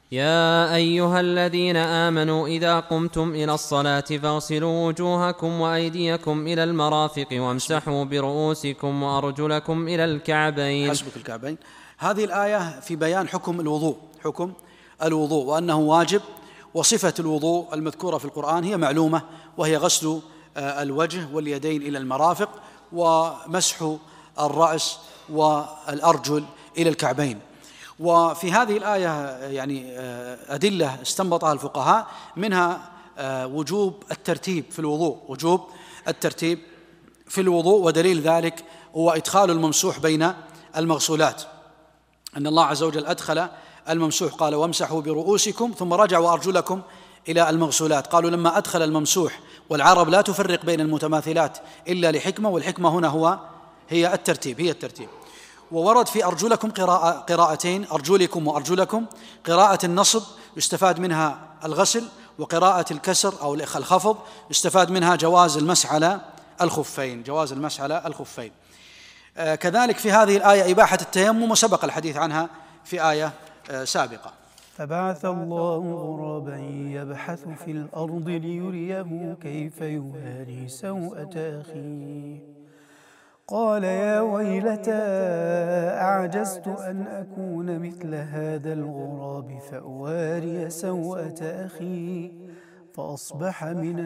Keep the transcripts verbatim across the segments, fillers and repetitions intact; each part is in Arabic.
يا أيها الذين آمنوا إذا قمتم إلى الصلاة فاغسلوا وجوهكم وأيديكم إلى المرافق وامسحوا برؤوسكم وأرجلكم إلى الكعبين. حسبك الكعبين. هذه الآية في بيان حكم الوضوء، حكم الوضوء وأنه واجب، وصفة الوضوء المذكورة في القرآن هي معلومة، وهي غسل الوجه واليدين إلى المرافق ومسح الرأس والأرجل إلى الكعبين. وفي هذه الآية يعني أدلة استنبطها الفقهاء، منها وجوب الترتيب في الوضوء، وجوب الترتيب في الوضوء، ودليل ذلك هو إدخال الممسوح بين المغسولات، أن الله عز وجل أدخل الممسوح، قال وامسحوا برؤوسكم، ثم رجع وأرجلكم إلى المغسولات. قالوا لما أدخل الممسوح، والعرب لا تفرق بين المتماثلات إلا لحكمة، والحكمة هنا هو هي الترتيب، هي الترتيب. وورد في أرجلكم قراءة قراءتين، أرجلكم وأرجلكم، قراءة النصب يستفاد منها الغسل، وقراءة الكسر أو الخفض يستفاد منها جواز المسح على الخفين، جواز المسح على الخفين. آه كذلك في هذه الآية إباحة التيمم، وسبق الحديث عنها في آية آه سابقة. فبعث الله غرابا يبحث في الأرض ليريه كيف يواري سوءة أخيه قال يا ويلتى أعجزت أن أكون مثل هذا الغراب فأواري سوءة أخي فأصبح من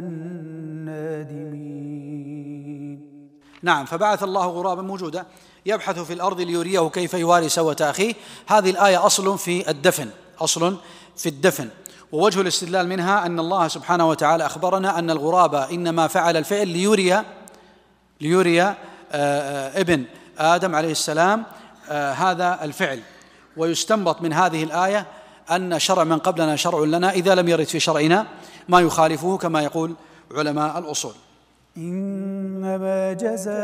النادمين. نعم، فبعث الله غرابا موجودة يبحث في الأرض ليريه كيف يواري سوءة أخيه. هذه الآية أصل في الدفن، أصل في الدفن، ووجه الاستدلال منها أن الله سبحانه وتعالى أخبرنا أن الغراب إنما فعل الفعل ليري ليري ابن آدم عليه السلام هذا الفعل. ويستنبط من هذه الآية أن شرع من قبلنا شرع لنا إذا لم يرد في شرعنا ما يخالفه، كما يقول علماء الأصول. إنما جزاء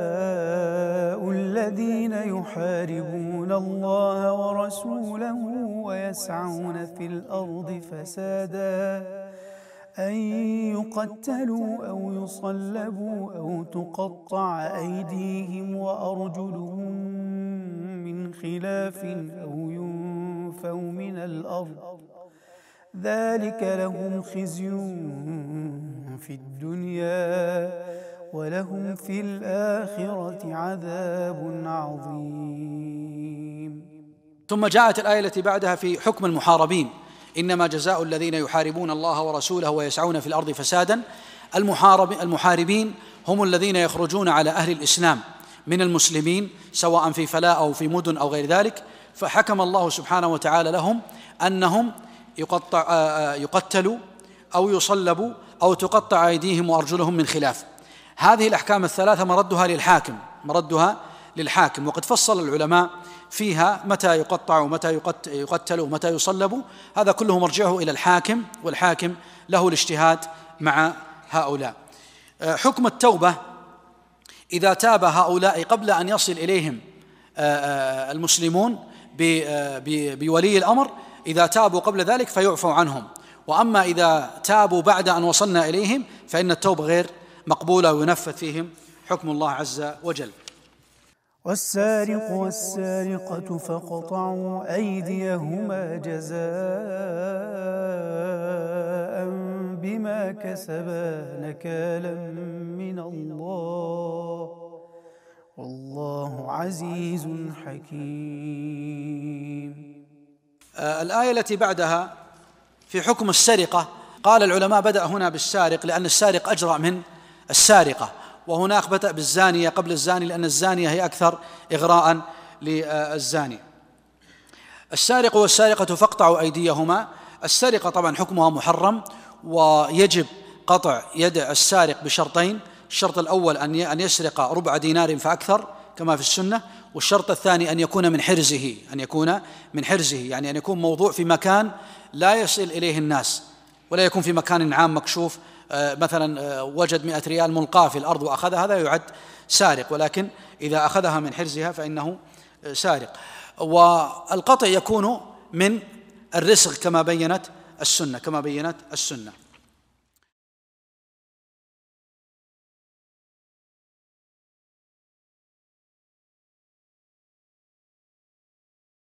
الذين يحاربون الله ورسوله ويسعون في الأرض فسادا أن يقتلوا أو يصلبوا أو تقطع أيديهم وأرجلهم من خلاف أو ينفوا من الأرض ذلك لهم خزي في الدنيا ولهم في الآخرة عذاب عظيم. ثم جاءت الآية التي بعدها في حكم المحاربين، إنما جزاء الذين يحاربون الله ورسوله ويسعون في الأرض فسادا. المحارب المحاربين هم الذين يخرجون على أهل الإسلام من المسلمين سواء في فلاة أو في مدن أو غير ذلك، فحكم الله سبحانه وتعالى لهم أنهم يقطع يقتلوا أو يصلبوا أو تقطع أيديهم وأرجلهم من خلاف. هذه الأحكام الثلاثة مردها للحاكم، مردها للحاكم، وقد فصل العلماء فيها متى يقطع ومتى يقتل ومتى يصلب، هذا كله مرجعه إلى الحاكم، والحاكم له الاجتهاد مع هؤلاء. حكم التوبة إذا تاب هؤلاء قبل أن يصل إليهم المسلمون بولي الأمر، إذا تابوا قبل ذلك فيعفو عنهم، وأما إذا تابوا بعد أن وصلنا إليهم فإن التوبة غير مقبولة وينفذ فيهم حكم الله عز وجل. والسارق والسارقة فاقطعوا أيديهما جزاء بما كسبا نكالا من الله والله عزيز حكيم. الآية التي بعدها في حكم السرقة، قال العلماء بدأ هنا بالسارق لأن السارق أجرأ من السارقة، وهناك بدأ بالزانية قبل الزاني لأن الزانية هي أكثر إغراء للزاني. السارق والسارقة فاقطعوا أيديهما. السرقة طبعا حكمها محرم، ويجب قطع يد السارق بشرطين: الشرط الأول أن يسرق ربع دينار فأكثر كما في السنة، والشرط الثاني أن يكون من حرزه، أن يكون من حرزه يعني أن يكون موضوع في مكان لا يصل إليه الناس، ولا يكون في مكان عام مكشوف، مثلا وجد مئة ريال ملقاة في الأرض وأخذها، هذا يعد سارق، ولكن إذا أخذها من حرزها فإنه سارق. والقطع يكون من الرزق كما بينت السنة كما بينت السنة